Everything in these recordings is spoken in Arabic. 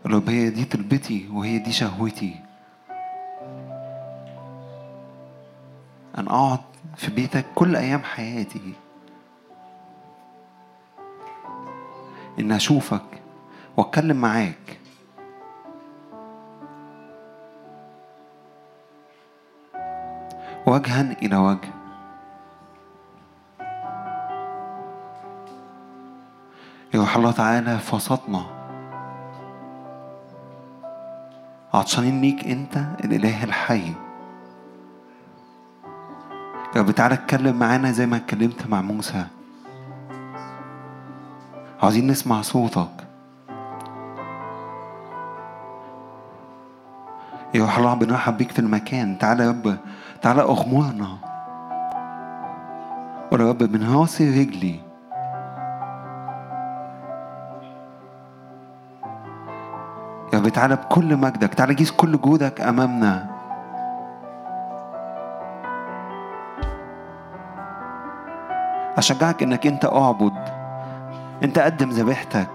رب هي دي طلبتي وهي دي شهوتي، أن أقعد في بيتك كل أيام حياتي، إن أشوفك وأتكلم معاك. وجها إلى وجه. يروح الله تعالى في وسطنا، عطشانين ليك أنت الإله الحي. يا رب تعالى اتكلم معانا زي ما اتكلمت مع موسى. عايزين نسمع صوتك. يروح الله بنرحب بيك في المكان. تعالى يا رب، تعالى أغمرنا. ولا يا رب من راسي رجلي يا رب تعالى بكل مجدك، تعالى جيز كل جودك أمامنا. أشجعك إنك أنت أعبد، أنت قدم ذبيحتك.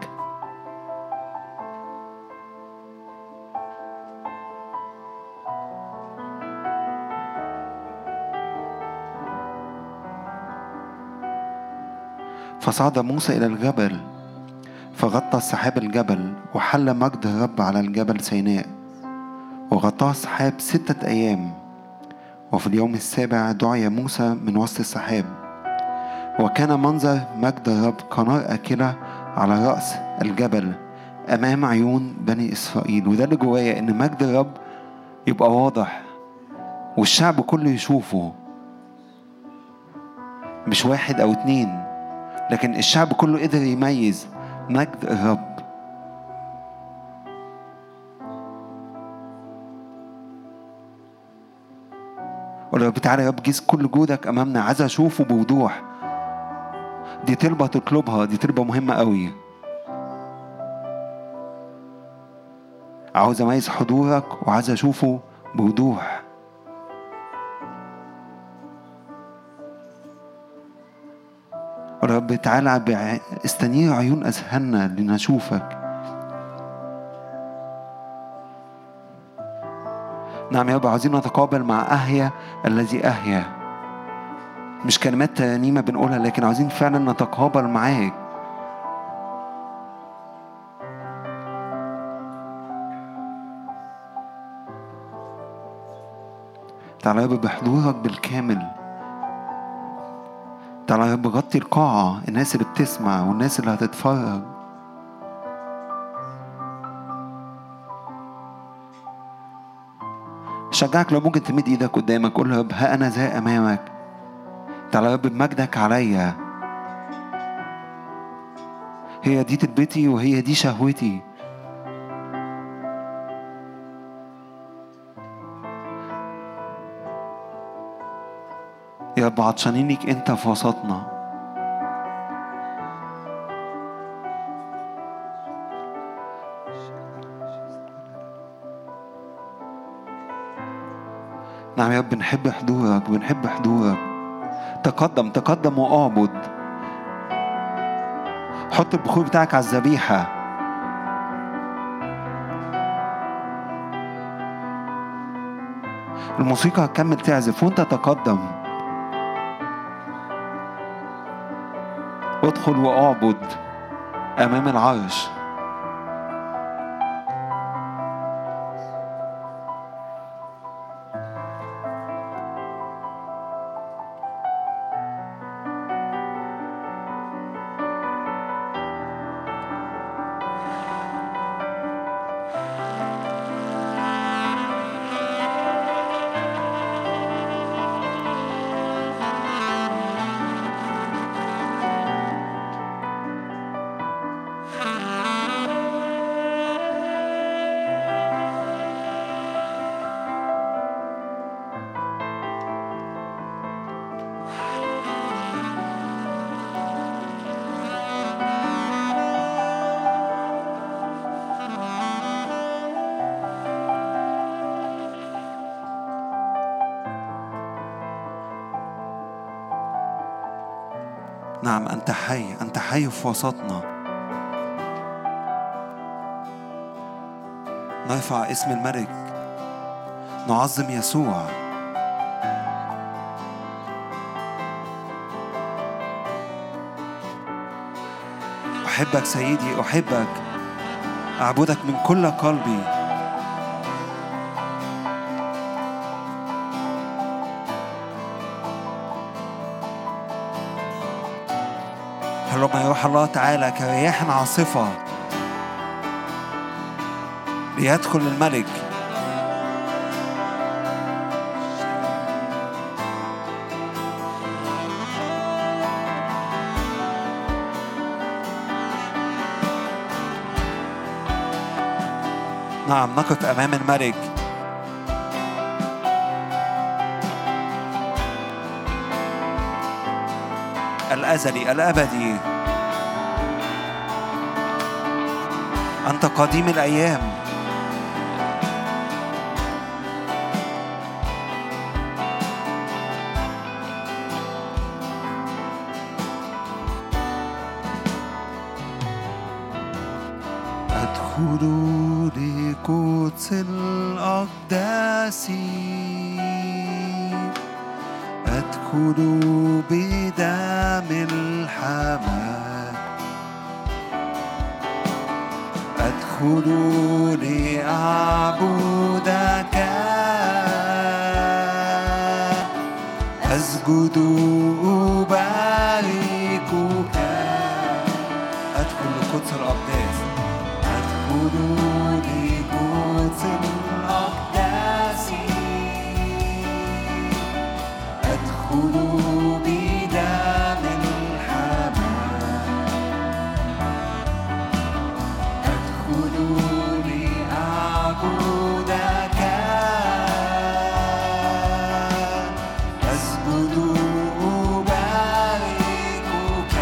فصعد موسى إلى الجبل فغطى السحاب الجبل، وحل مجد الرب على الجبل سيناء، وغطاه السحاب 6 أيام. وفي اليوم السابع دعي موسى من وسط السحاب، وكان منظر مجد الرب كنار آكلة على رأس الجبل أمام عيون بني إسرائيل. وده اللي جوايا، إن مجد الرب يبقى واضح والشعب كله يشوفه، مش 1 أو 2، لكن الشعب كله قدر يميز مجد الرب. ولو تعالى يا رب جيز كل جودك أمامنا، عايز أشوفه بوضوح. دي طلبة تطلبها، دي طلبة مهمة قوي. عاوز أميز حضورك وعايز أشوفه بوضوح. رب تعالى استنير عيون أذهاننا لنشوفك. نعم يا رب، عاوزين نتقابل مع أهيا الذي أهيا، مش كلمات ترنيمة بنقولها، لكن عاوزين فعلا نتقابل معاك. تعالى يا رب بحضورك بالكامل. تعالى يا رب غطي القاعة، الناس اللي بتسمع والناس اللي هتتفرج. شجعك لو ممكن تمد ايدك قدامك، قول له يا رب ها أنا ذا أمامك. تعالى يا رب بمجدك عليا. هي دي طلبتي وهي دي شهوتي. يا رب عطشانين ليك أنت في وسطنا. نعم يا رب بنحب حضورك، بنحب حضورك. تقدم تقدم وأعبد. حط البخور بتاعك على الذبيحة. الموسيقى هتكمل تعزف وانت تقدم. ادخل وأعبد أمام العرش. نعم أنت حي، أنت حي في وسطنا. نرفع اسم الملك، نعظم يسوع. أحبك سيدي، أحبك، أعبدك من كل قلبي. هلما يا روح الله تعالى كرياح عاصفة ليدخل الملك. نعم، نقف أمام الملك. الأزلي الأبدي، أنت قديم الأيام. أدخل لقدس الأقداس، أدخل بدم الحمام، أدخل لأعبدك، أسجد أباركك. أدخل لقدس الأقداس، أدخل لقدس الأقداس، أدخل بدم الحمام، أدخل لأعبدك، أسجد أباركك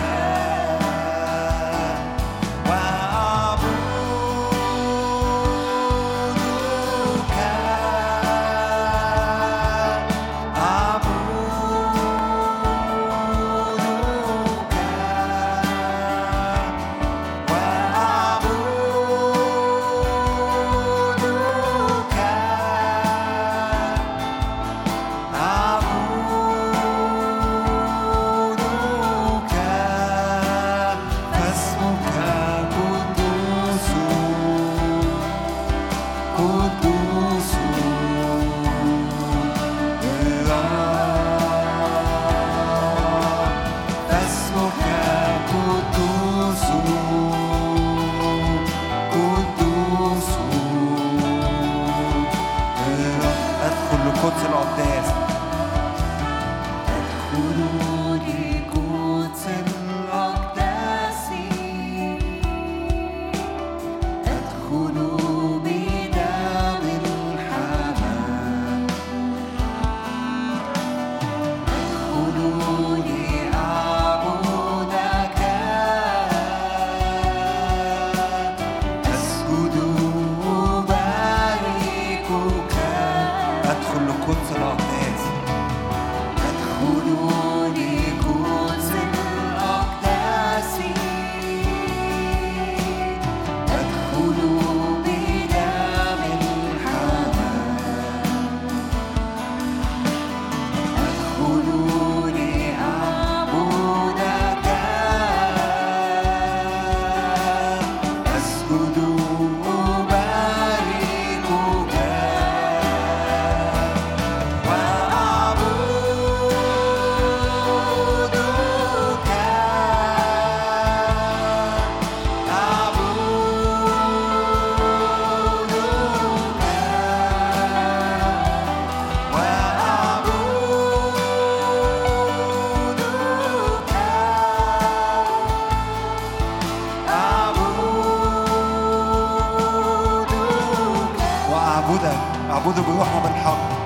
أعبده بروح وبالحق.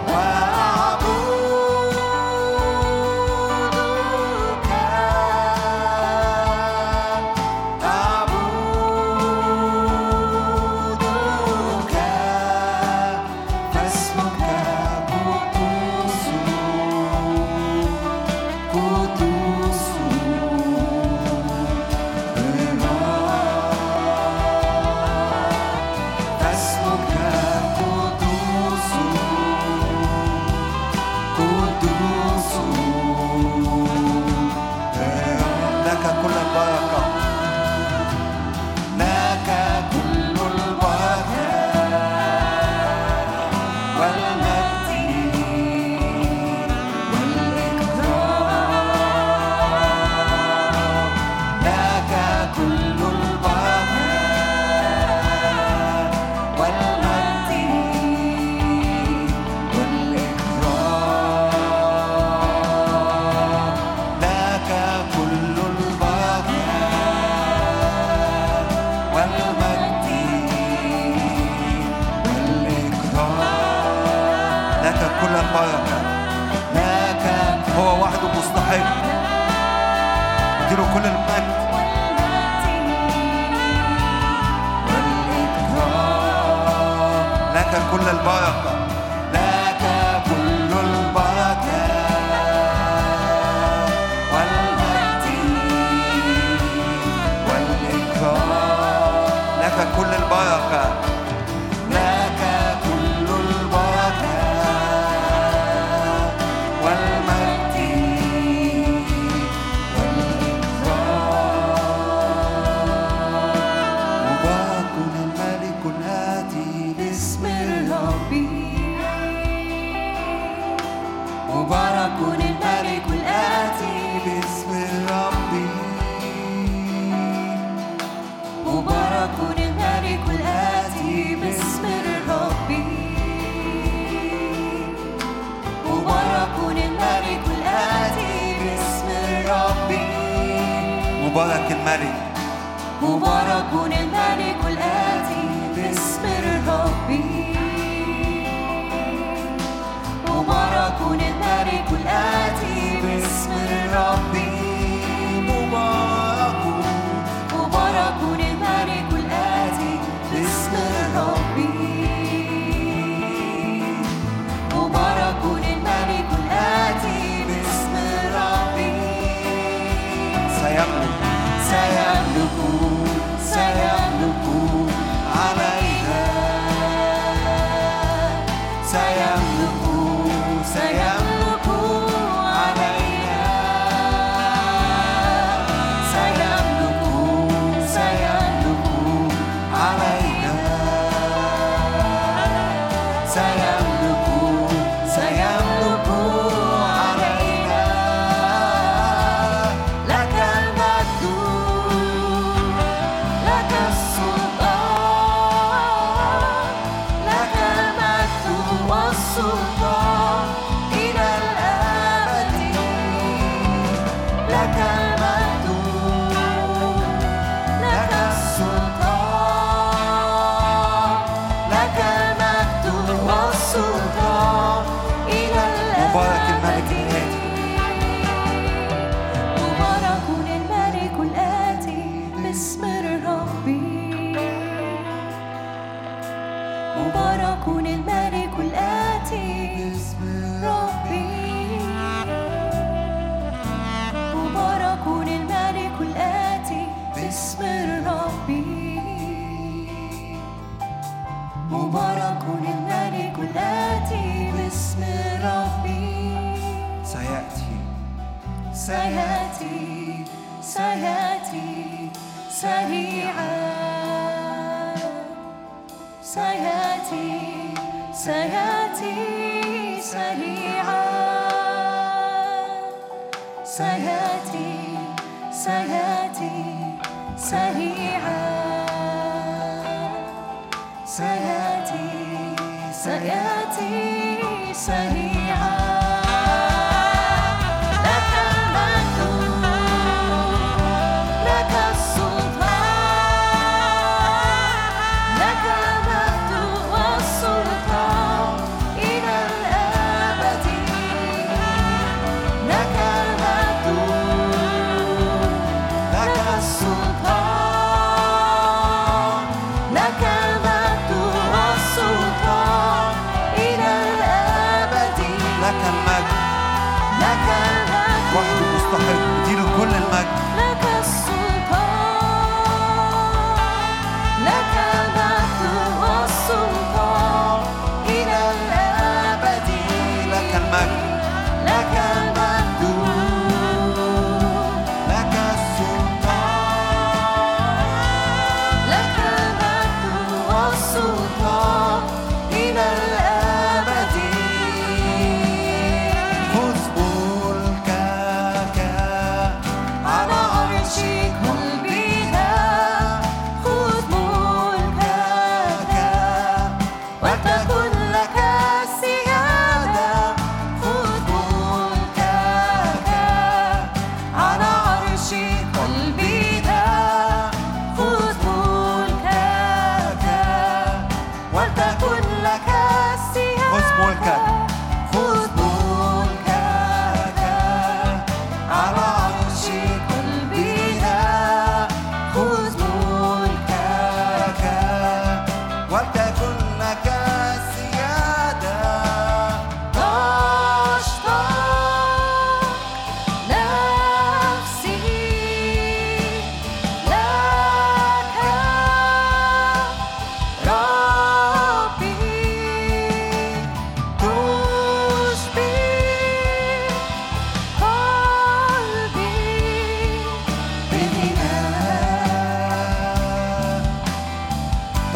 اسمك كل البركة. لك هو وحده مستحق. اديله كل المجد والإكرام. لك كل البركة. لك كل البركة والمجد والإكرام. لك كل البركة. لك كل البركة والمجد والإكرام. مبارك الملك الآتي باسم الرب. مبارك الملك الآتي باسم الرب. مبارك الملك الآتي باسم الرب. مبارك الملك الآتي باسم الرب. مبارك الملك. مبارك الملك الآتي باسم الرب. مبارك الملك الآتي باسم الرب. مبارك مبارك الملك الآتي باسم الرب. مبارك الملك الآتي باسم الرب. سيملك سيملك سيملك علينا. سيملك سيملك علينا. سيملك سيملك علينا. سيملك سيملك علينا. لك المجد لك السلطان. لك المجد والسلطان إلى الأبد. لك المجد لك السلطان. لك المجد والسلطان إلى الأبد. مبارك الملك الآتي. مبارك الملك الآتي باسم الرب. مبارك الملك الآتي باسم الرب. مبارك الملك الآتي باسم الرب. مبارك الملك الآتي باسم الرب. سيأتي سيأتي سيأتي سريعا. سيأتي سيأتي سريعا. سيأتي سيأتي سريعا. سيأتي سيأتي سريعا. لك المجد لك السلطان. لك المجد والسلطان إلى الأبد. لك المجد لك السلطان. لك المجد والسلطان إلى الأبد. لك المجد لك المجد وحده مستحق. اديله كل المجد. لك السلطان. لك المجد والسلطان إلى الأبد. لك المجد لك المجد لك السلطان. لك المجد والسلطان إلى الأبد. خذ ملكك على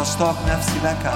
تشتاق نفسي لك.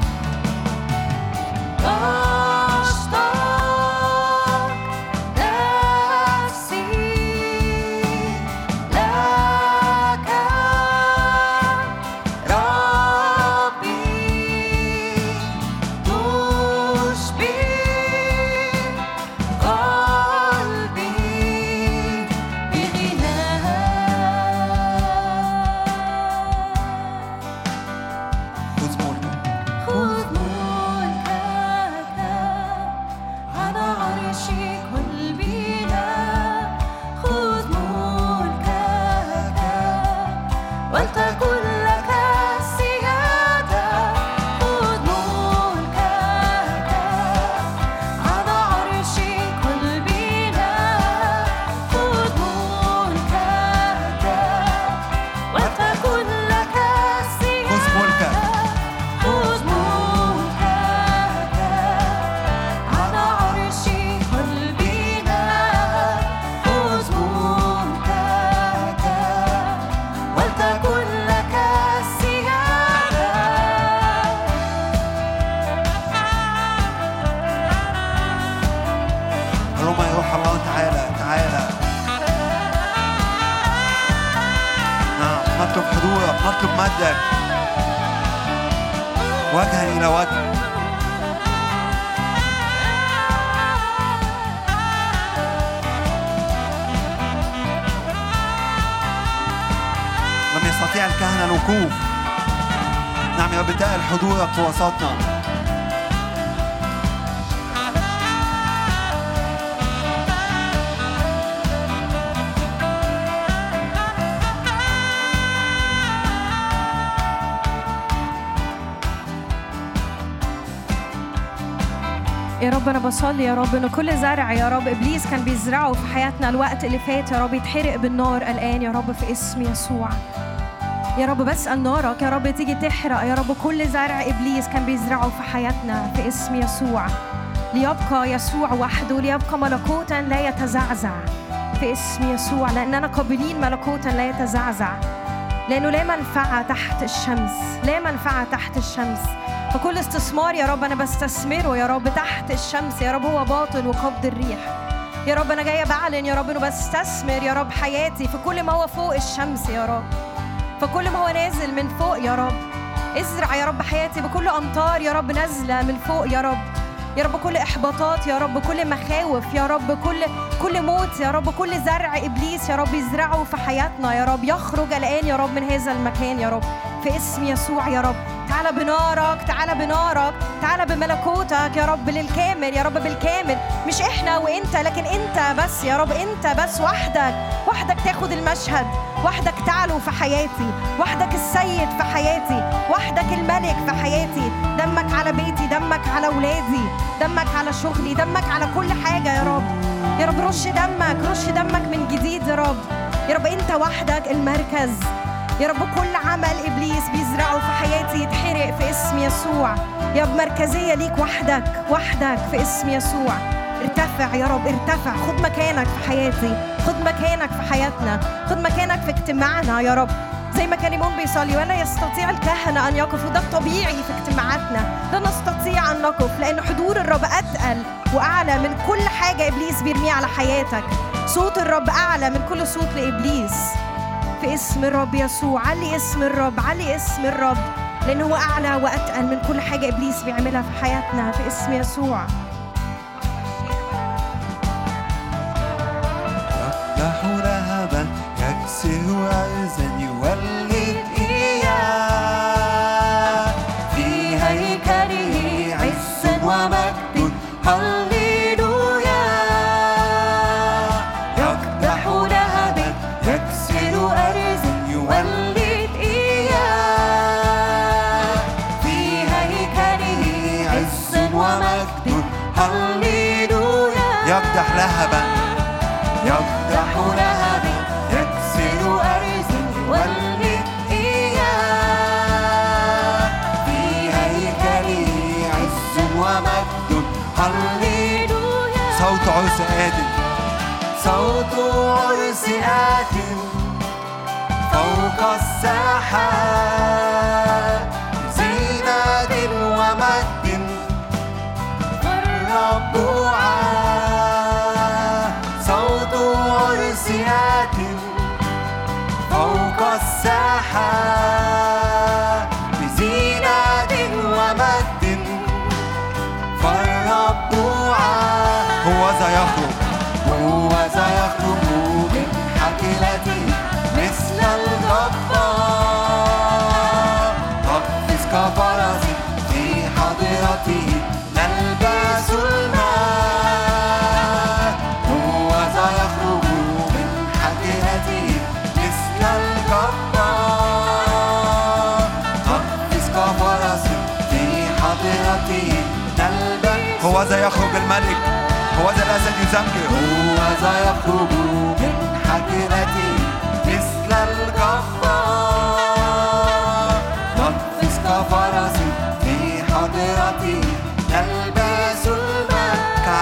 نطلب مجدك وجها إلى وجه. لم يستطيع الكهنة الوقوف. نعم يا رب، تقل حضورك في وسطنا. يا رب أنا بصلي يا رب إن كل زرع يا رب إبليس كان بيزرعه في حياتنا الوقت اللي فات يا رب يتحرق بالنار الآن يا رب في اسم يسوع. يا رب بسأل نارك يا رب تيجي تحرق يا رب كل زرع إبليس كان بيزرعه في حياتنا في اسم يسوع، ليبقى يسوع وحده، ليبقى ملكوتا لا يتزعزع في اسم يسوع، لأننا قابلين ملكوتا لا يتزعزع، لأنه لا منفعة تحت الشمس، لا منفعة تحت الشمس. فكل استثمار يا رب أنا بستثمره يا رب تحت الشمس يا رب هو باطل وقبض الريح. يا رب أنا جاية بعلن يا رب إنه بستثمر يا رب حياتي في كل ما هو فوق الشمس يا رب، فكل ما هو نازل من فوق يا رب. ازرع يا رب حياتي بكل أمطار يا رب نازلة من فوق يا رب. يا رب كل إحباطات يا رب، كل مخاوف يا رب، كل موت يا رب، كل زرع إبليس يا رب يزرعه في حياتنا يا رب يخرج الآن يا رب من هذا المكان يا رب في اسم يسوع. يا رب تعال بنارك، تعال بنارك، تعال بملكوتك يا رب للكامل يا رب، بالكامل، مش إحنا وإنت لكن إنت بس يا رب، إنت بس وحدك تاخد المشهد، وحدك تعلو في حياتي، وحدك السيد في حياتي، وحدك الملك في حياتي. دمك على بيتي، دمك على أولادي، دمك على شغلي، دمك على كل حاجة يا رب. يا رب رش دمك من جديد يا رب. يا رب أنت وحدك المركز يا رب، كل عمل إبليس بيزرعه في حياتي يتحرق في اسم يسوع. يا رب مركزية ليك وحدك في اسم يسوع. ارتفع يا رب، ارتفع، خد مكانك في حياتي، خد مكانك في حياتنا، خد مكانك في اجتماعنا يا رب. زي ما كان يمون بيصلي وانا يستطيع الكهنة أن يقفوا، ده الطبيعي في اجتماعاتنا، ده نستطيع أن نقف لأن حضور الرب أتقل وأعلى من كل حاجة إبليس بيرميها على حياتك. صوت الرب أعلى من كل صوت لإبليس في اسم الرب يسوع. علي اسم الرب، علي اسم الرب، لأنه هو أعلى وأتقل من كل حاجة إبليس بيعملها في حياتنا في اسم يسوع. يفتح لهبا يكسر عزا يولد إياه، في هيكله عز ومجد هللويا. يفتح لهبا يكسر عزا يولد إياه، في هيكله عز ومجد هللويا. يفتح لهبا يفتح لهبا يكسر أرزا يولد إياه، في هيكله عز ومجد هللويا. صوت عرس آدم، صوت عرس آدم فوق السحاب، زي الساحة بزينة ومجد، فالرب هو ذا يخرج من حكلته مثل الجبار، قفز كفرس في حضرته نلبس الماء، هو ذا يخرج من حكلته مثل الجبار، قفز كفرس في حضرته نلبس. هو ذا يخرج الملك، هو ذا الأسد يزمجر، هو ذا يخرج من حجرته مثل الجبار، قفز كفرس في حضرته نلبس الماء،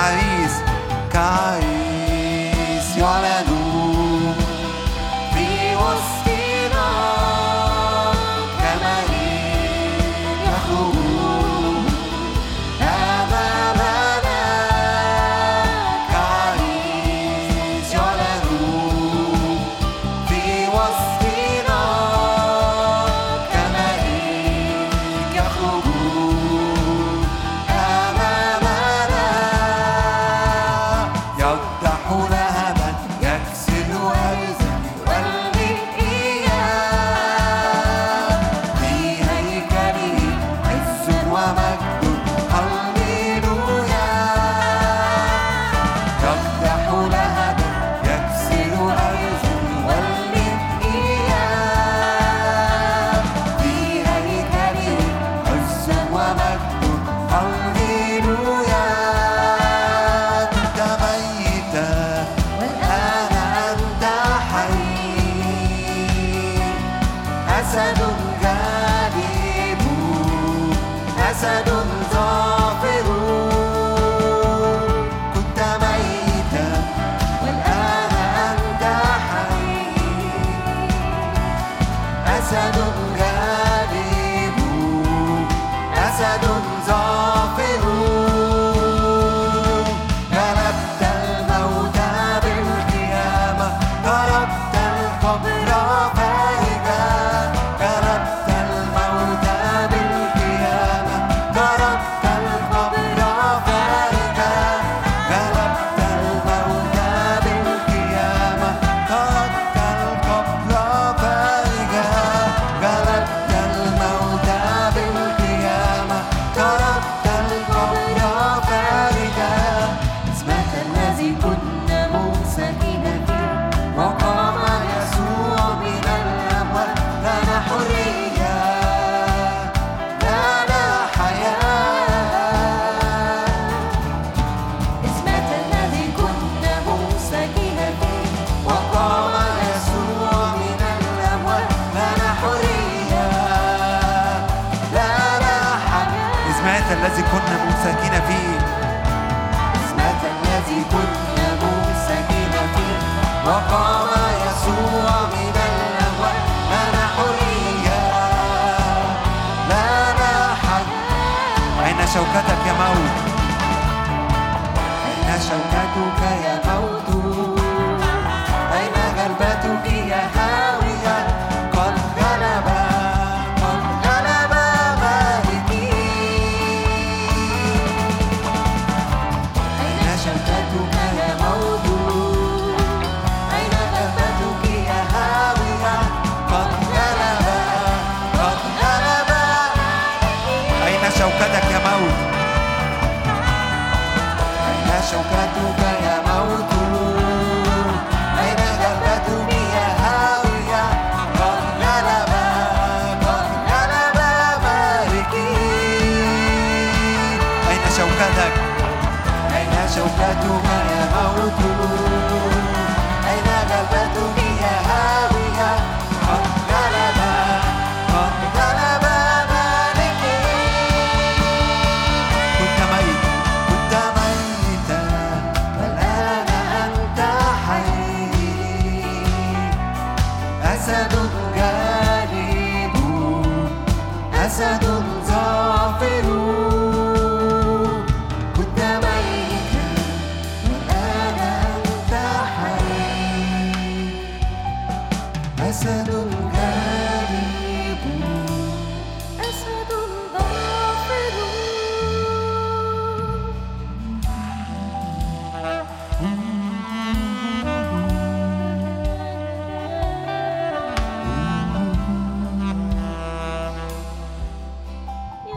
كعريس يعلن في وسطنا، كملك يخرج أمامنا، كعريس يعلن في وسطنا، كملك يخرج أمامنا، يقدح لهبا يكسر أرزا يولد إياه، في هيكله عز ومجد هللويا، يقدح لهبا يكسر أرزا يولد إياه، في هيكله عز ومجد هللويا، كنت ميتا والآن أنت حي، أسد غالب، أسد ظافر، كنت ميتا والآن أنت حي، أسد غالب، أسد ظافر، غلبت الموت بالقيامة، ضربت القبر فارغا، غلبت الموت بالقيامة، ضربت القبر فارغا، غلبت الموت بالقيامة، ضربت القبر فارغا، غلبت الموت بالقيامة، ضربت القبر فارغا، اسمك الذي كنا ممسكين فيه، وقام يسوع من الأموات، لنا حرية، لنا حياة، اسمك الذي كنا ممسكين فيه، وقام يسوع من الأموات، لنا حرية، لنا حياة، اسمك الذي كنا ممسكين فيه، اسمك الذي كنا ممسكين فيه، وقام يسوع من الأموات، لنا حرية، لنا حياة. أين شوكتك يا موت؟ أين شوكتك يا موت؟ أين غلبتك يا هاوية؟ قد غلب مالكي، أين شوكتك يا موت؟ أين غلبتك يا هاوية؟ قد غلب أين شوكتك يا موت؟ أين شوكتك يا موت؟ أين غلبتك يا هاوية؟ قد غلب مالكي، أين شوكتك؟ أين شوكتك يا موت؟ أين غلبتك يا هاوية؟ قد غلب مالكي، كنت ميتا والآن أنت حي، أسد غالب، أسد ظافر، كنت ميتا والآن أنت حي، أسد غالب.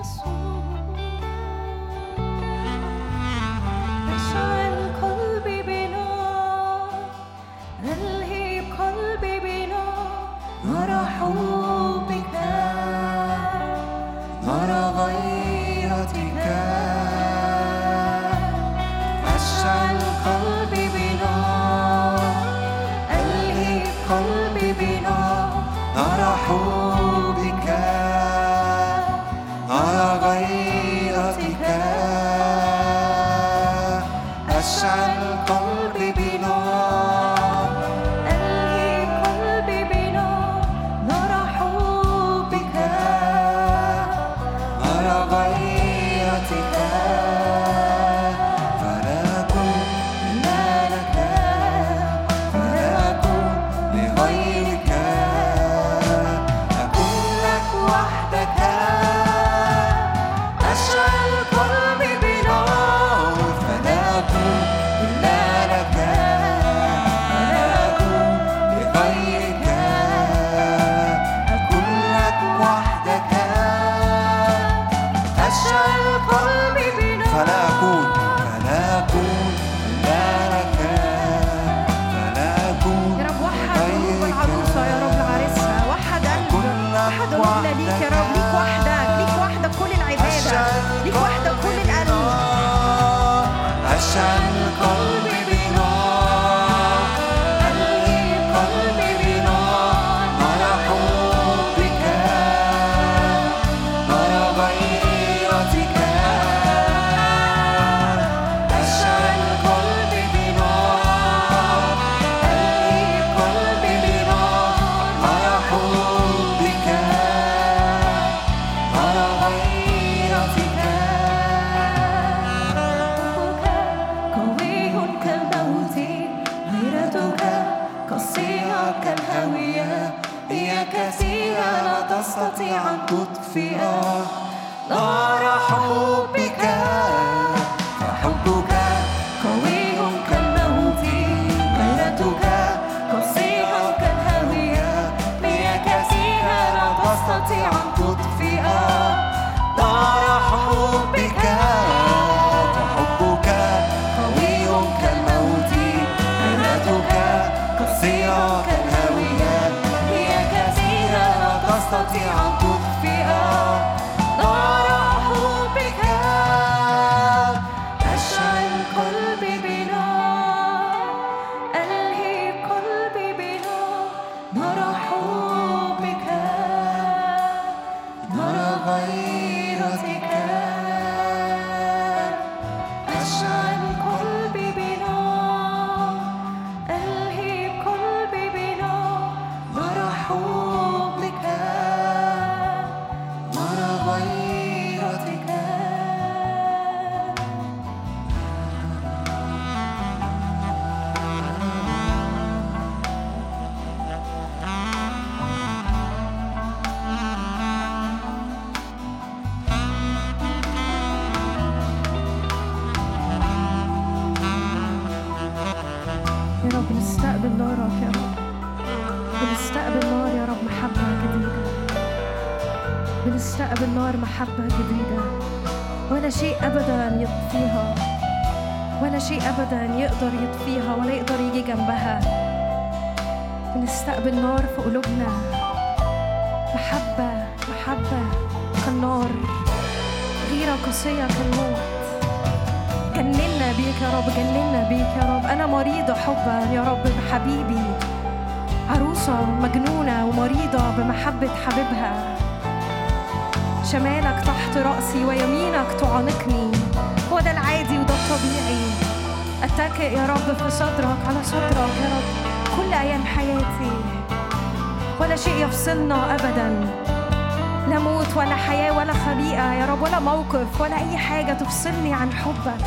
ولا أي حاجة تفصلني عن حبك.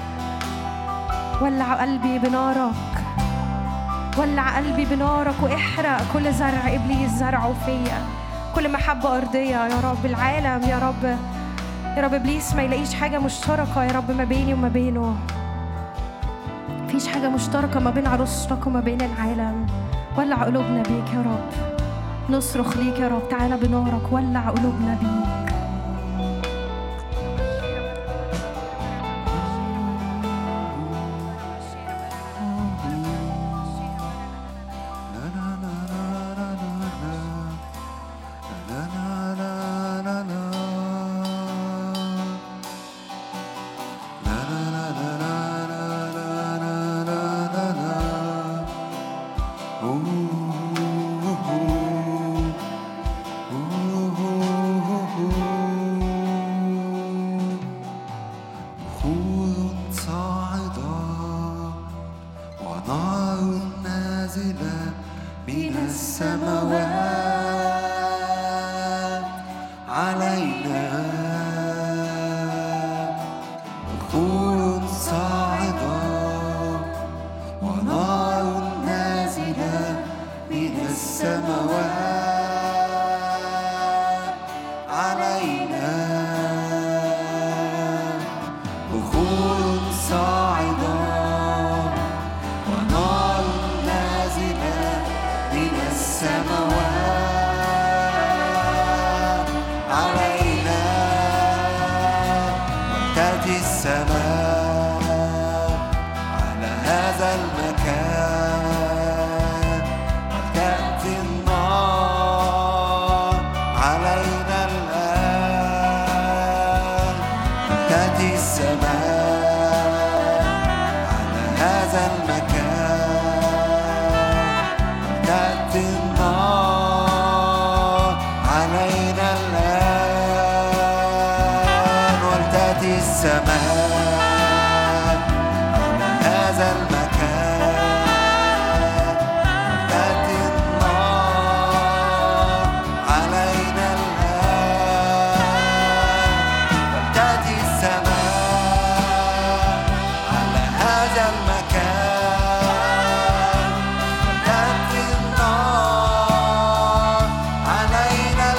ولع قلبي بنارك، ولع قلبي بنارك واحرق كل زرع إبليس زرعه فيا، كل محبة أرضية يا رب. العالم يا رب، يا رب إبليس ما يلاقيش حاجة مشتركة يا رب ما بيني وما بينه. مفيش حاجة مشتركة ما بين عروستك وما بين العالم. ولع قلوبنا بيك يا رب، نصرخ ليك يا رب. تعالى بنارك ولع قلوبنا بيك. علينا بخور صاعدة ونار نازلة من السماوات علينا بخور صاعدة ونار نازلة من السماوات علينا تأتي السماء على هذا المكان وتأتي النار علينا الآن تأتي السماء على هذا المكان تأتي النار علينا الآن ولتأتي السماء على هذا المكان تأتي النار علينا الآن ولتأتي السماء على هذا المكان تأتي النار علينا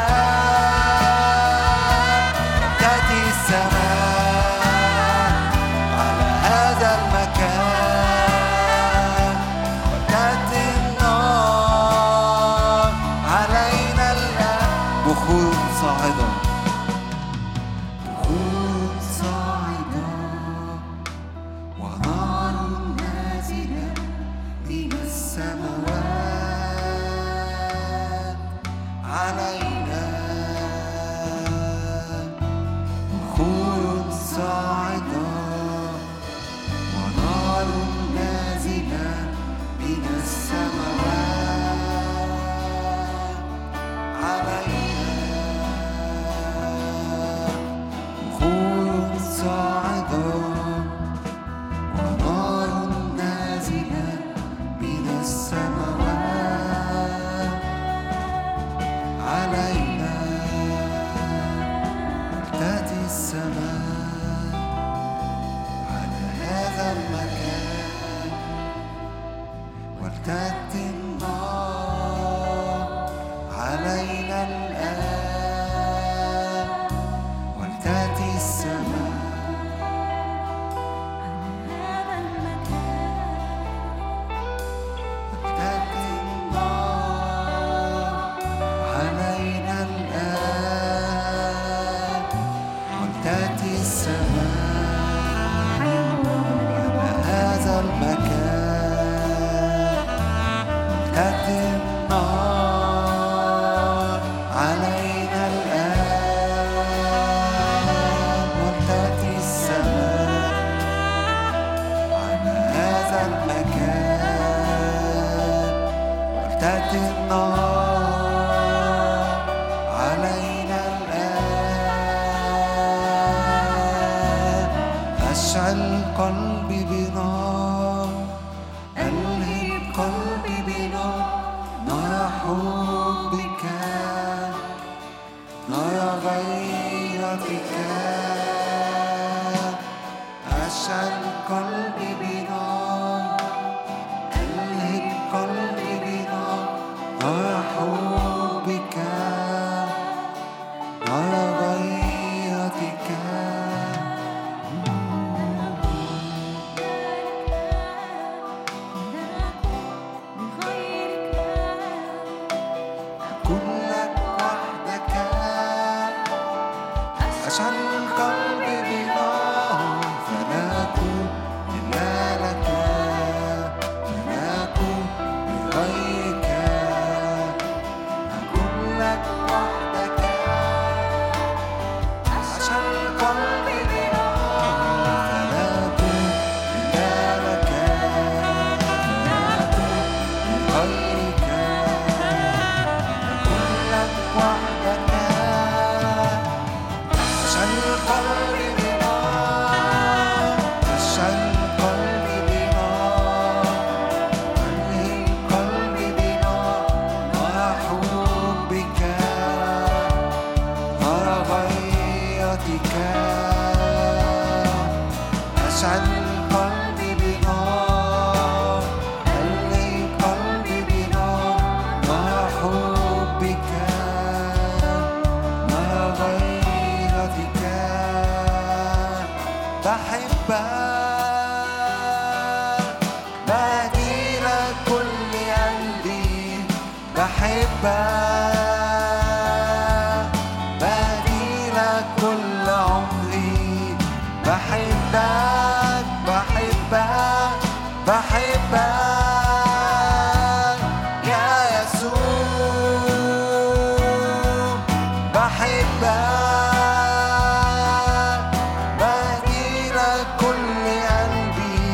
الآن تأتي السماء على هذا المكان وتأتي النار علينا الآن بخور صاعدة بخور صاعدة ونار نازلة من السماوات علينا بخور صاعدة ونار نازلة من السماوات علينا بخور صاعدة ونار نازلة من السماوات علينا تأتي السماء على هذا المكان ولتأتي النار علينا الآن ولتأتي السماء ولتأتي النار علينا الآن ولتأتي السماء على هذا المكان تأتي النار علينا الآن ولتأتي السماء على هذا المكان ولتأتي النار علينا الآن أشعل قلبي بنار ألهب قلبي بنار نار حبك نار غيرتك أشعل قلبي بنار ألهب قلبي بنار نار حبك نار غيرتك كلك وحدك أشعل قلبي بنار فلا أكون إلا لك فلا أكون لغيرك كلك وحدك أشعل قلبي بنار فلا أكون إلا لك فلا أكون لغيرك كلك وحدك أشعل قلبي بنار غيرتك أشعل قلبي بنار ألي قلبي بنار مع حبك مع غيرتك بحبك بهديلك كل قلبي بحبك بهديلك كل عمري بحبك بحبك بحبك يا يسوع بحبك بهديلك كل قلبي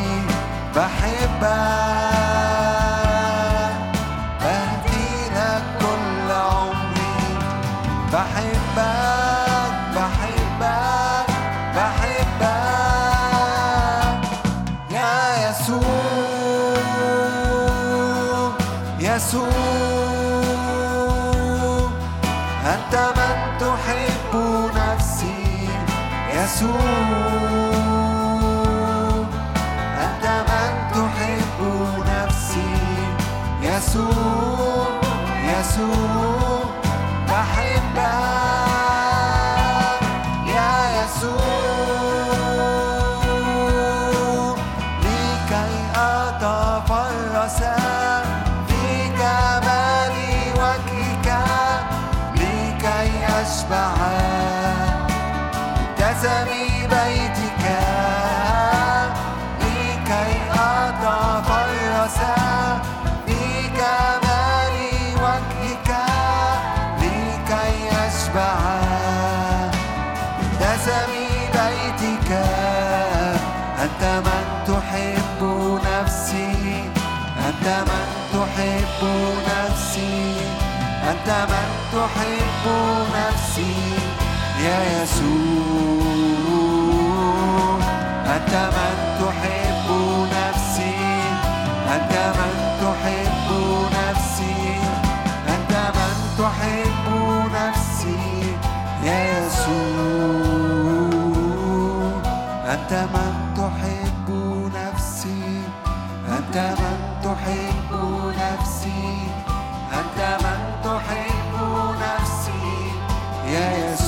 بحبك بهديلك كل عمري بحبك بحبك بحبك يا يسوع يسوع أنت من تحب نفسي يسوع أنت من تحب نفسي يسوع يسوع بحبك يا يسوع لكي أتفرس في جمال وجهك لكي أشبع دسم بيتك لكي أتفرس في جمال وجهك لكي أشبع دسم بيتك أنت من تحب نفسي أنت من تحب نفسي أنت من تحب نفسي يا يسوع أنت من تحب نفسي أنت من تحب نفسي أنت من تحب نفسي يا يسوع أنت من تحب نفسي أنت من تحب نفسي أنت من تحب نفسي يا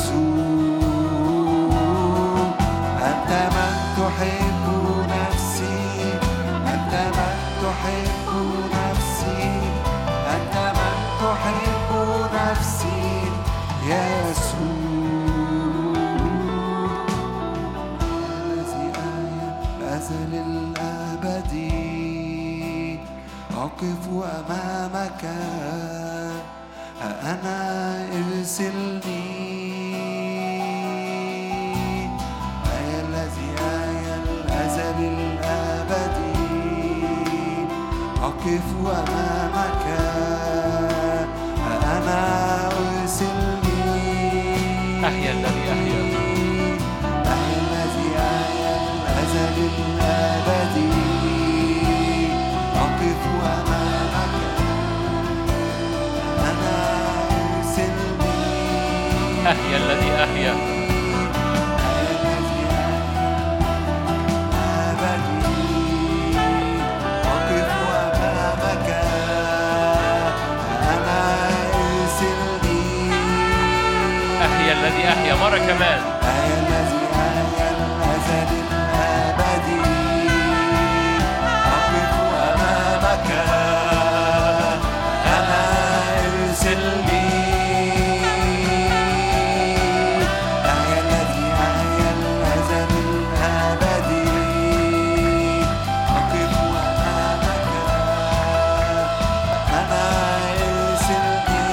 يسوع أنت من تحب نفسي أنت من تحب نفسي أنت من تحب نفسي يا يسوع الذي آية الأزل الأبدي أقف أمامك أنا ارسلني يا الذي آية الأزل الأبدي أقف أمامك أنا ارسلني أحيا الذي أحيا الذي آية الأزل الأبدي أقف أمامك أنا ارسلني أحيا الذي أحيا الذي أبدي أقف أمامك أنا ارسلني أحيا الذي أحيا مرة كمان الذي أحيا الأزل الأبدي أقف أمامك أنا ارسلني أحيا الذي أحيا الأزل الأبدي أقف أمامك أنا ارسلني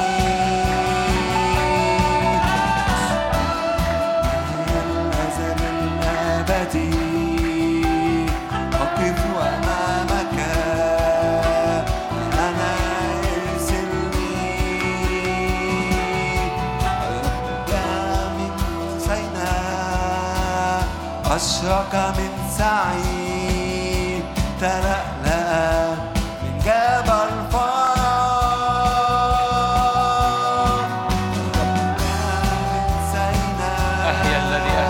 الأزل الأبدي أقف أمامك أنا ارسلني من سيناء أشرق من سعيد تلألأ من جبل فرح من سيناء أحيا الذي أحيا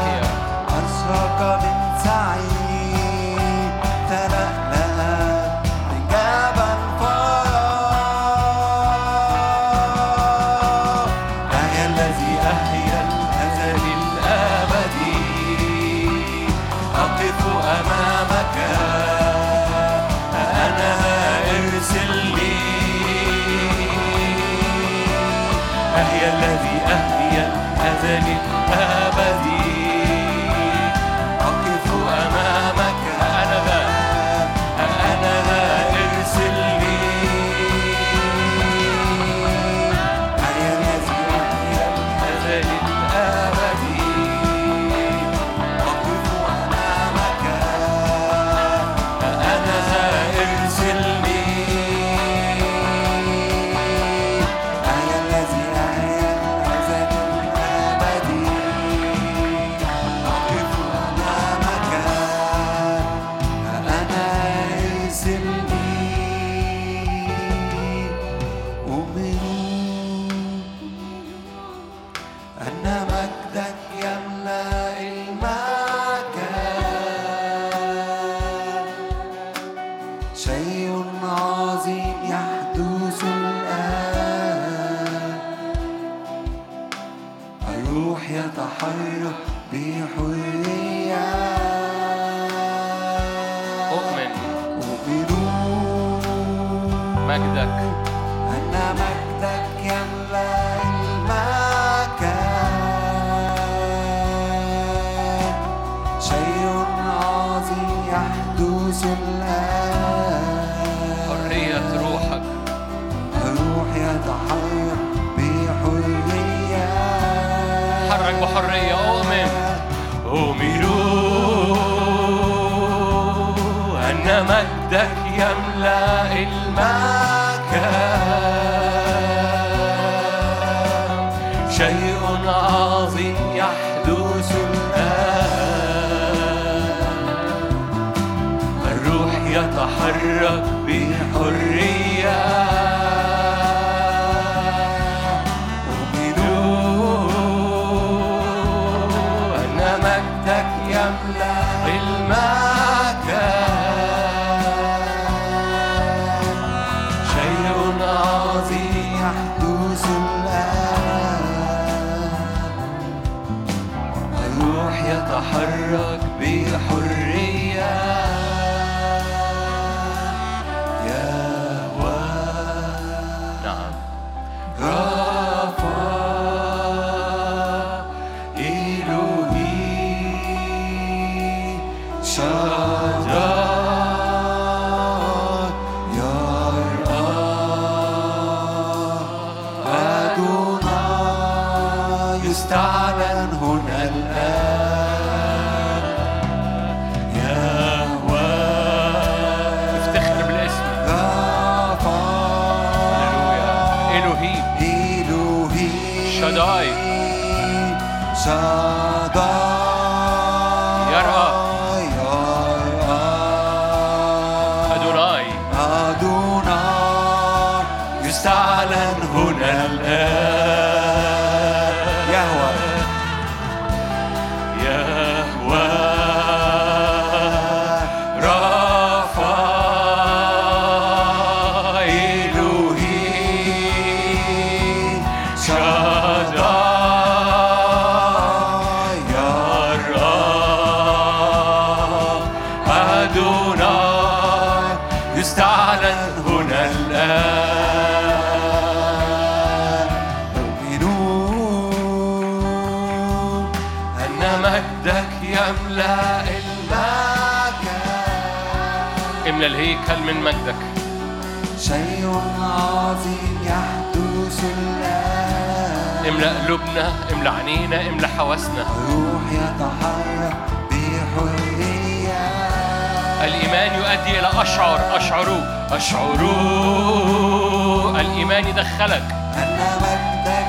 الإيمان يدخلك أن مجدك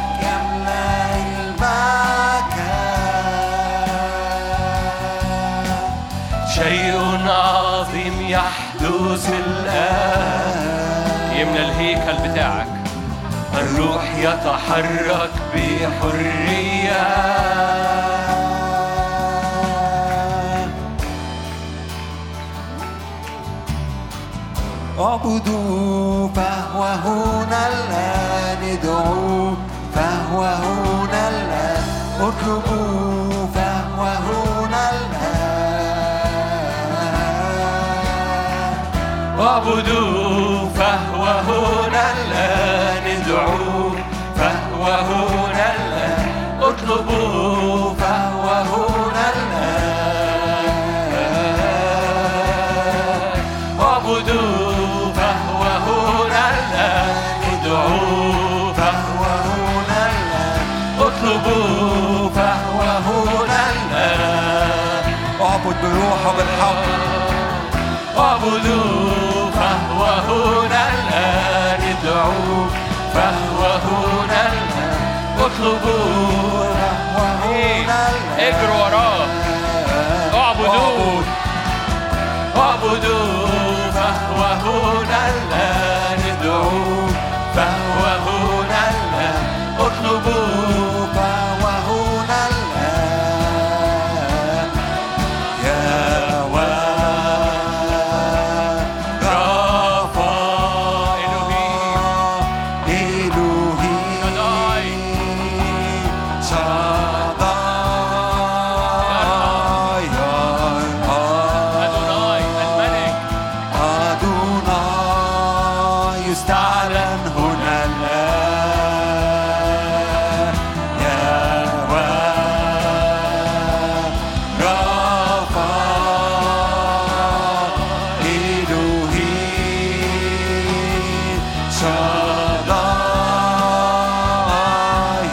يملأ المكان شيء عظيم يحدث الآن يملأ الهيكل بتاعك الروح يتحرك بحرية اعبدوا فهو هنا الآن ادعوا فهو هنا الآن اطلبوا فهو هنا الآن اعبدوا فهو هنا الآن ادعوا فهو هنا الآن اطلبوا فهو هنا الآن اعبدوا فهو هنا الآن ادعوا فهو هنا الآن اطلبوا فهو هنا الآن اعبد بالروح وبالحق اعبدوا فهو هنا الآن ادعوا فهو هنا الآن اطلبوا فهو هنا الآن اجروا وراه اعبدوا اعبدوا فهو هنا الآن ادعوا فهو هنا الآن اطلبوا فهو هنا الآن يهوه رافع أدوناي الملك يستعلن هنا الآن يهوه رافع إلهي شاداي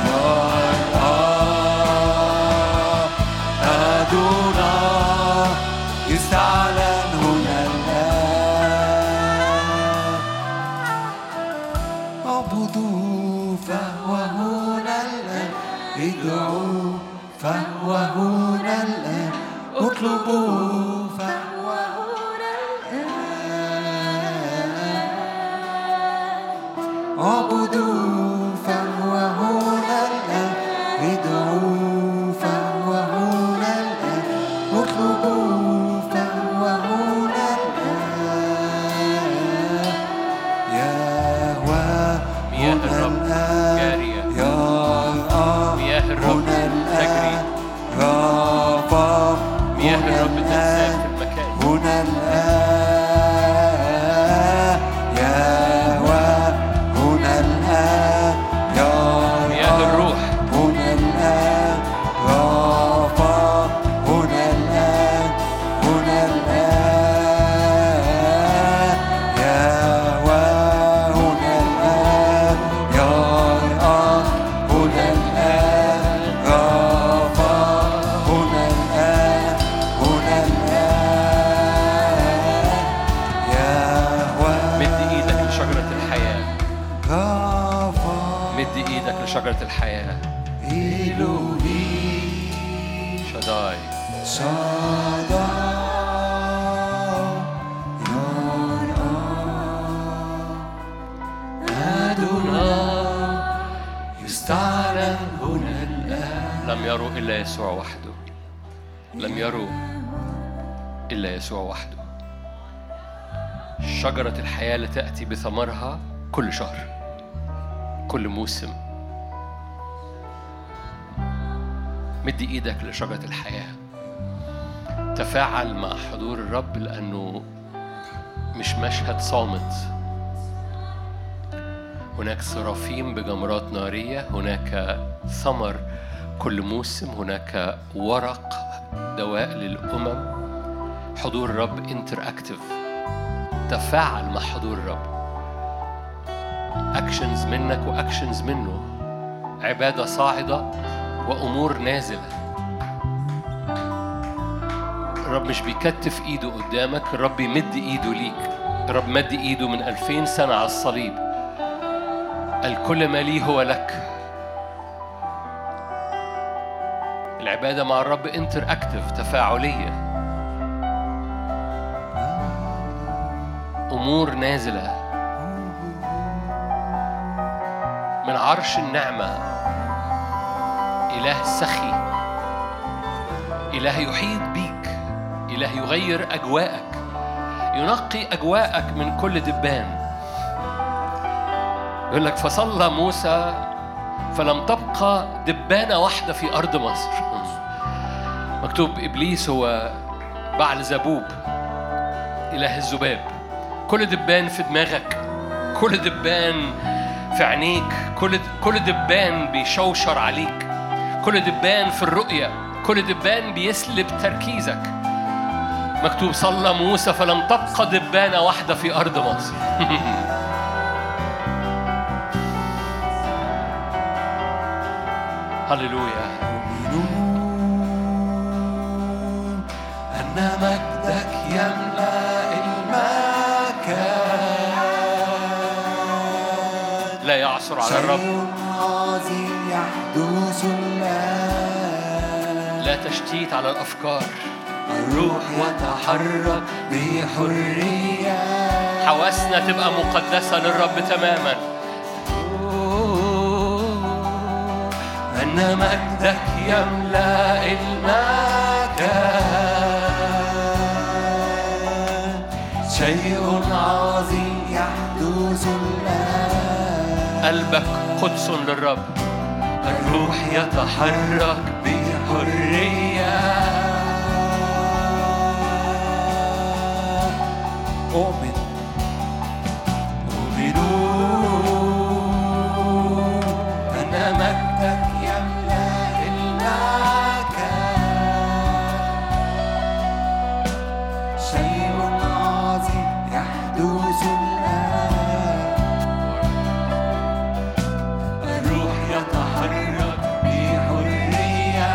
أدوناي يستعلن هنا الآن اعبدوا فهو هنا الآن ادعوا فهو هنا الآن اطلبوا فهو هنا الآن اعبدوا فهو هنا الآن ادعوا فهو هنا الآن اطلبوا فهو هنا الآن يهوه مياه الرب جارية مياه الرب تجري مياه الرب تنزل في المكان هنا الآن يهوه هنا الآن مياه الروح هنا الآن رافع هنا الآن هنا الآن يهوه هنا الآن يرأى هنا الآن رافع هنا الآن هنا الآن يهوه مد ايدك لشجرة الحياة رافع مد ايدك لشجرة الحياة إلهي شداي شاداي أدوناي يستعلن هنا الآن لم يروا إلا يسوع وحده لم يروا إلا يسوع وحده شجرة الحياة لتأتي بثمرها كل شهر كل موسم مد إيدك لشجرة الحياة تفاعل مع حضور الرب لأنه مش مشهد صامت هناك سرافيم بجمرات نارية هناك ثمر كل موسم هناك ورق دواء للأمم حضور الرب انتراكتيف تفاعل مع حضور الرب أكشنز منك وأكشنز منه عبادة صاعدة وأمور نازلة الرب مش بيكتف إيده قدامك الرب بيمد إيده ليك الرب مد إيده من 2000 سنة على الصليب الكل ما لي هو لك العبادة مع الرب انتراكتيف تفاعلية أمور نازلة من عرش النعمة إله سخي إله يحيط بيك إله يغير أجواءك ينقي أجواءك من كل دبان. يقول لك فصلى موسى فلم تبقى دبانة واحدة في أرض مصر. مكتوب إبليس هو بعل زبوب، إله الذباب. كل دبان في دماغك، كل دبان في عينيك، كل دبان بيشوشر عليك، كل دبان في الرؤية، كل دبان بيسلب تركيزك. مكتوب صلى موسى فلم تبقى دبانة واحدة في أرض مصر. هللويا. أن مجدك يملأ المكان، لا يعثر على الرب، شيء عظيم يحدث الآن، لا تشتيت على الأفكار، الروح يتحرك بحرية، حواسنا تبقى مقدسة للرب تماما. أن مجدك يملأ المكان، شيء عظيم يحدث الآن، قلبك قدس للرب، الروح يتحرك بحرية. أؤمن أن مجدك يملأ المكان، شيء عظيم يحدث الآن، الروح يتحرك بحرية.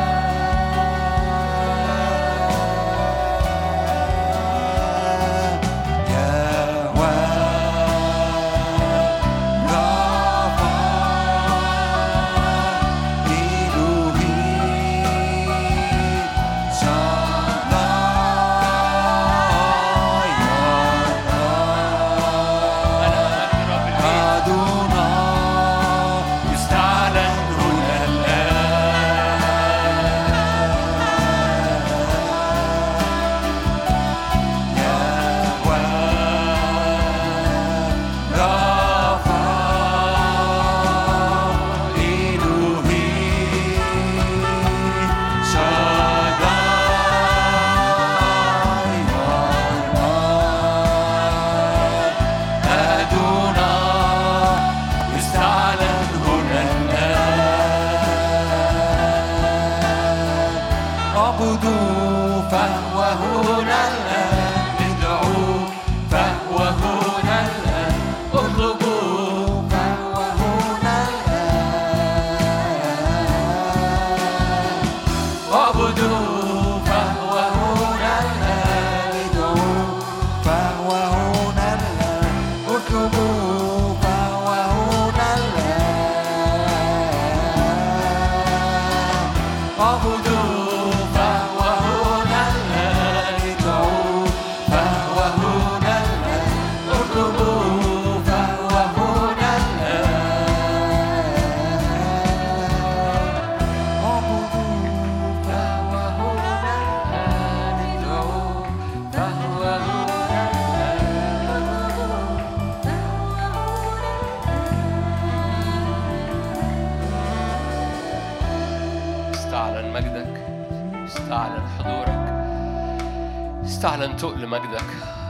استعلن تقل مجدك.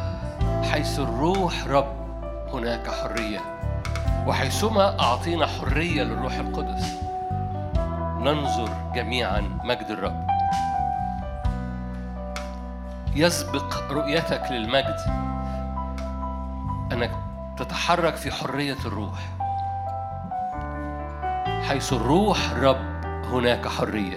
حيث الروح رب هناك حرية، وحيثما أعطينا حرية للروح القدس ننظر جميعا مجد الرب. يسبق رؤيتك للمجد أنك تتحرك في حرية الروح. حيث الروح رب هناك حرية،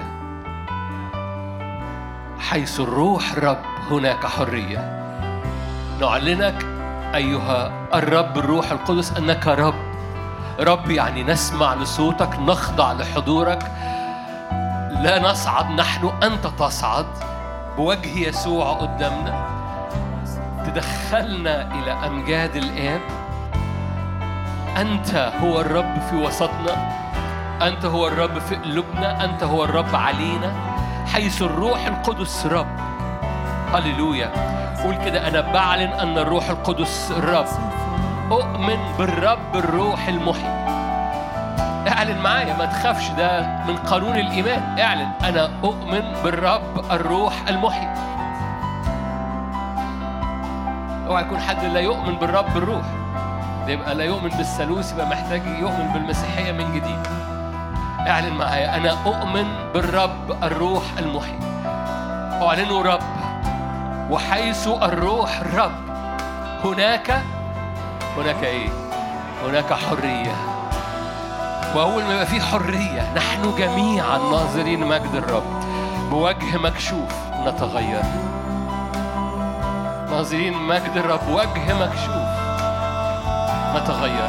حيث الروح رب هناك حرية. نعلنك أيها الرب الروح القدس أنك رب. رب يعني نسمع لصوتك، نخضع لحضورك، لا نصعد نحن، أنت تصعد بوجه يسوع قدامنا، تدخلنا إلى أمجاد الآب. أنت هو الرب في وسطنا، أنت هو الرب في قلوبنا، أنت هو الرب علينا. حيث الروح القدس رب. هللويا. قول كده: أنا بعلن أن الروح القدس الرب. أؤمن بالرب الروح المحيي. اعلن معايا، ما تخافش، ده من قانون الإيمان. اعلن: أنا أؤمن بالرب الروح المحيي. اوعى يكون حد لا يؤمن بالرب الروح، ده يبقى لا يؤمن بالثالوث، يبقى محتاج يؤمن بالمسيحية من جديد. اعلن معايا: أنا أؤمن بالرب الروح المحيي. أعلنه رب، وحيث الروح الرب هناك إيه؟ هناك حرية. وأول ما يبقى فيه حرية نحن جميعا ناظرين مجد الرب بوجه مكشوف نتغير. ناظرين مجد الرب وجه مكشوف نتغير.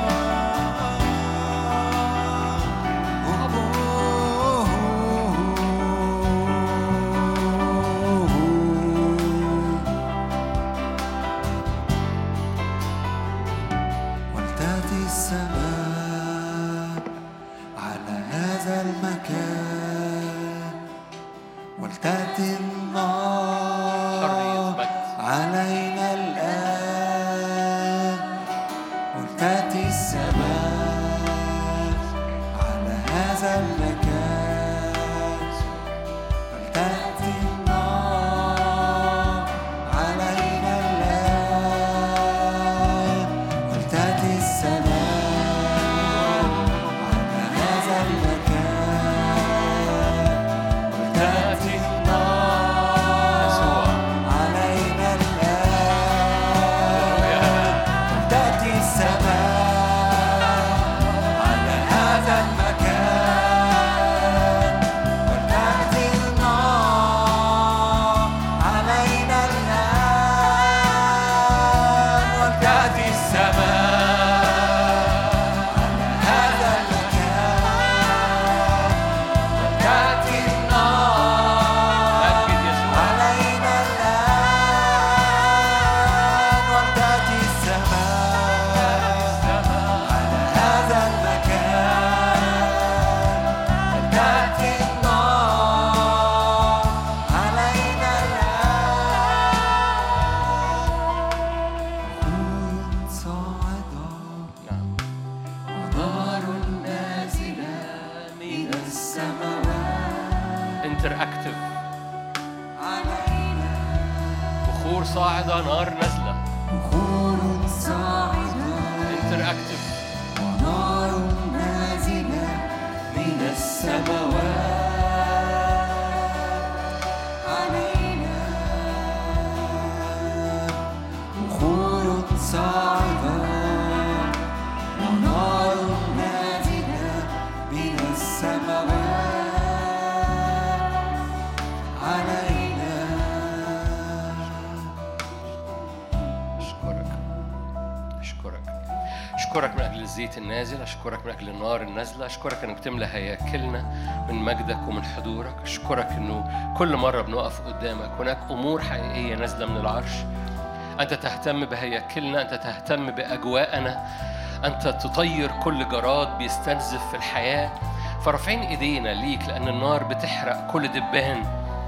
النازل، أشكرك من أجل النار النازلة، أشكرك أنك تملى هياكلنا من مجدك ومن حضورك، أشكرك أنه كل مرة بنقف قدامك هناك أمور حقيقية نازلة من العرش. أنت تهتم بهياكلنا، أنت تهتم بأجواءنا، أنت تطير كل جراد بيستنزف في الحياة. فرافعين إيدينا ليك لأن النار بتحرق كل دبان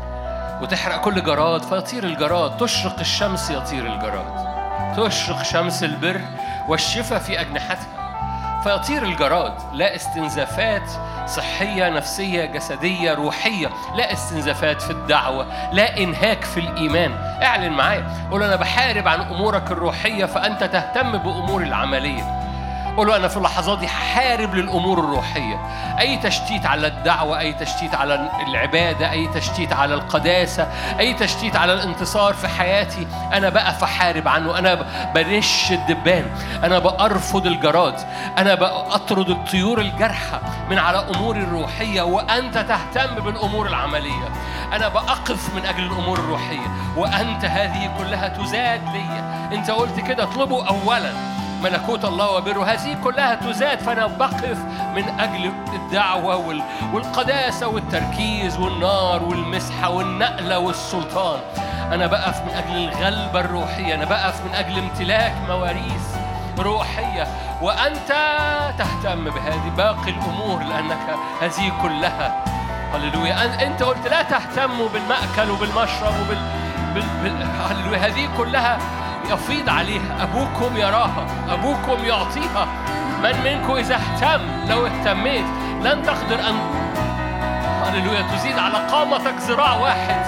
وتحرق كل جراد، فيطير الجراد. تشرق الشمس يطير الجراد، تشرق شمس البر والشفاء في أجنحتها فيطير الجراد. لا استنزافات صحية نفسية جسدية روحية، لا استنزافات في الدعوة، لا إنهاك في الإيمان. اعلن معايا، قول: أنا بحارب عن أمورك الروحية فأنت تهتم بأمور العملية. قولوا: أنا في اللحظات دي هحارب للأمور الروحية. أي تشتيت على الدعوة، أي تشتيت على العبادة، أي تشتيت على القداسة، أي تشتيت على الانتصار في حياتي، أنا بقف أحارب عنه. أنا بنش الدبان، أنا بأرفض الجراد، أنا بأطرد الطيور الجارحة من على أموري الروحية، وأنت تهتم بالأمور العملية. أنا بأقف من أجل الأمور الروحية وأنت هذه كلها تزاد لي. أنت قلت كده: اطلبوا أولا ملكوت الله وبره، هذه كلها تزاد. فأنا بقف من أجل الدعوة والقداسة والتركيز والنار والمسحة والنقلة والسلطان. أنا بقف من أجل الغلبة الروحية، أنا بقف من أجل امتلاك مواريث روحية، وأنت تهتم بهذه باقي الأمور لأنك هذه كلها. هللويا. أنت قلت لا تهتموا بالمأكل وبالمشرب هللويا. هذه كلها يفيض عليها. أبوكم يراها، أبوكم يعطيها. من منكم إذا اهتم، لو اهتميت لن تقدر أن هللويا تزيد على قامتك ذراع واحد.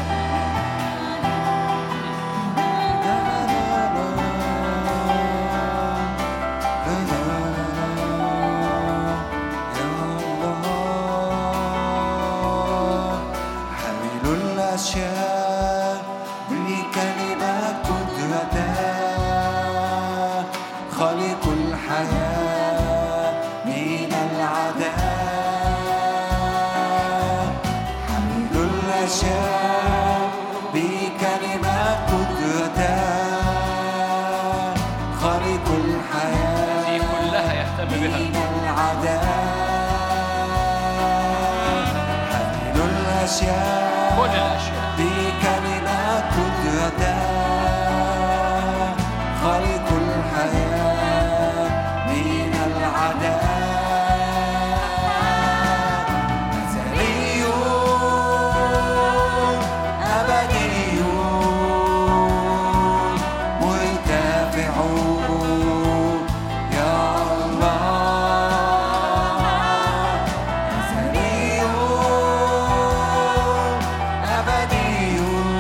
خالق الحياة من العداء، حميد الأشياء بكلمات قدرته، خالق الحياة هذه كلها يهتم بها من العداء، حميد الأشياء كل الأشياء بكلمات قدرته، خالق الحياة من العداء، أزلي أبدي مرتفع يا الله، أزلي أبدي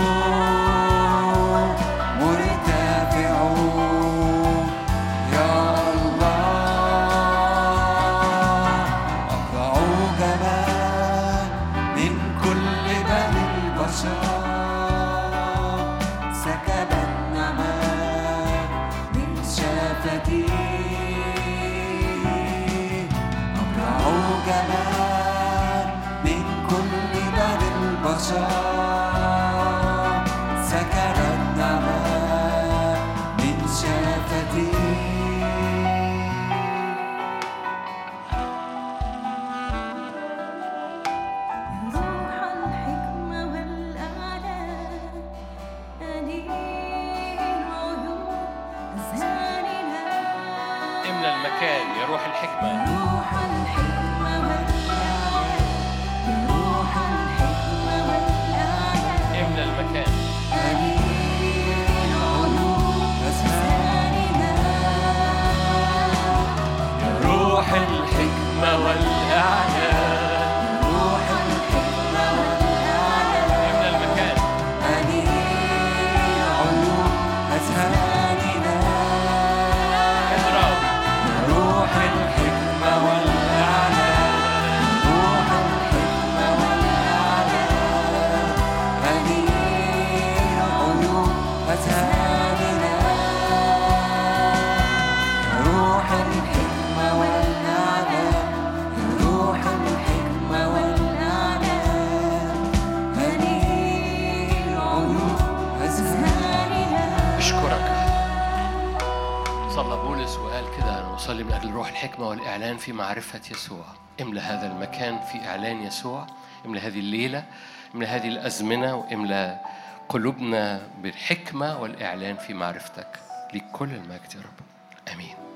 مرتفع يا الله، أقرع جمال من كل بني البشر، سكب النعمان من شفتي، أقرع جمال من كل بني البشر، سكب النعمان من شفتي. روح الحكمة والأعلام أنير عيون أذهاننا. املى المكان يا روح الحكمة. روح الحكمة والأعلام، يا روح الحكمة والأعلام املى المكان. أنير عيون أذهاننا. روح الحكمة والإعلان. روح الحكمة والأعلام املى المكان. أنير عيون أذهاننا، اضرب. روح الحكمة والأعلام، روح الحكمة والأعلام أنير عيون أذهاننا، روح الحكمة والأعلام، روح الحكمة والأعلام أنير عيون أذهاننا. أشكرك. صلى بولس وقال كده: أنا أصلي من أجل روح الحكمة والإعلان في معرفة يسوع. املى هذا المكان في إعلان يسوع. املى هذه الليلة، املى هذه الأزمنة، واملى قلوبنا بالحكمة والإعلان في معرفتك. لكل المجد يا رب. آمين.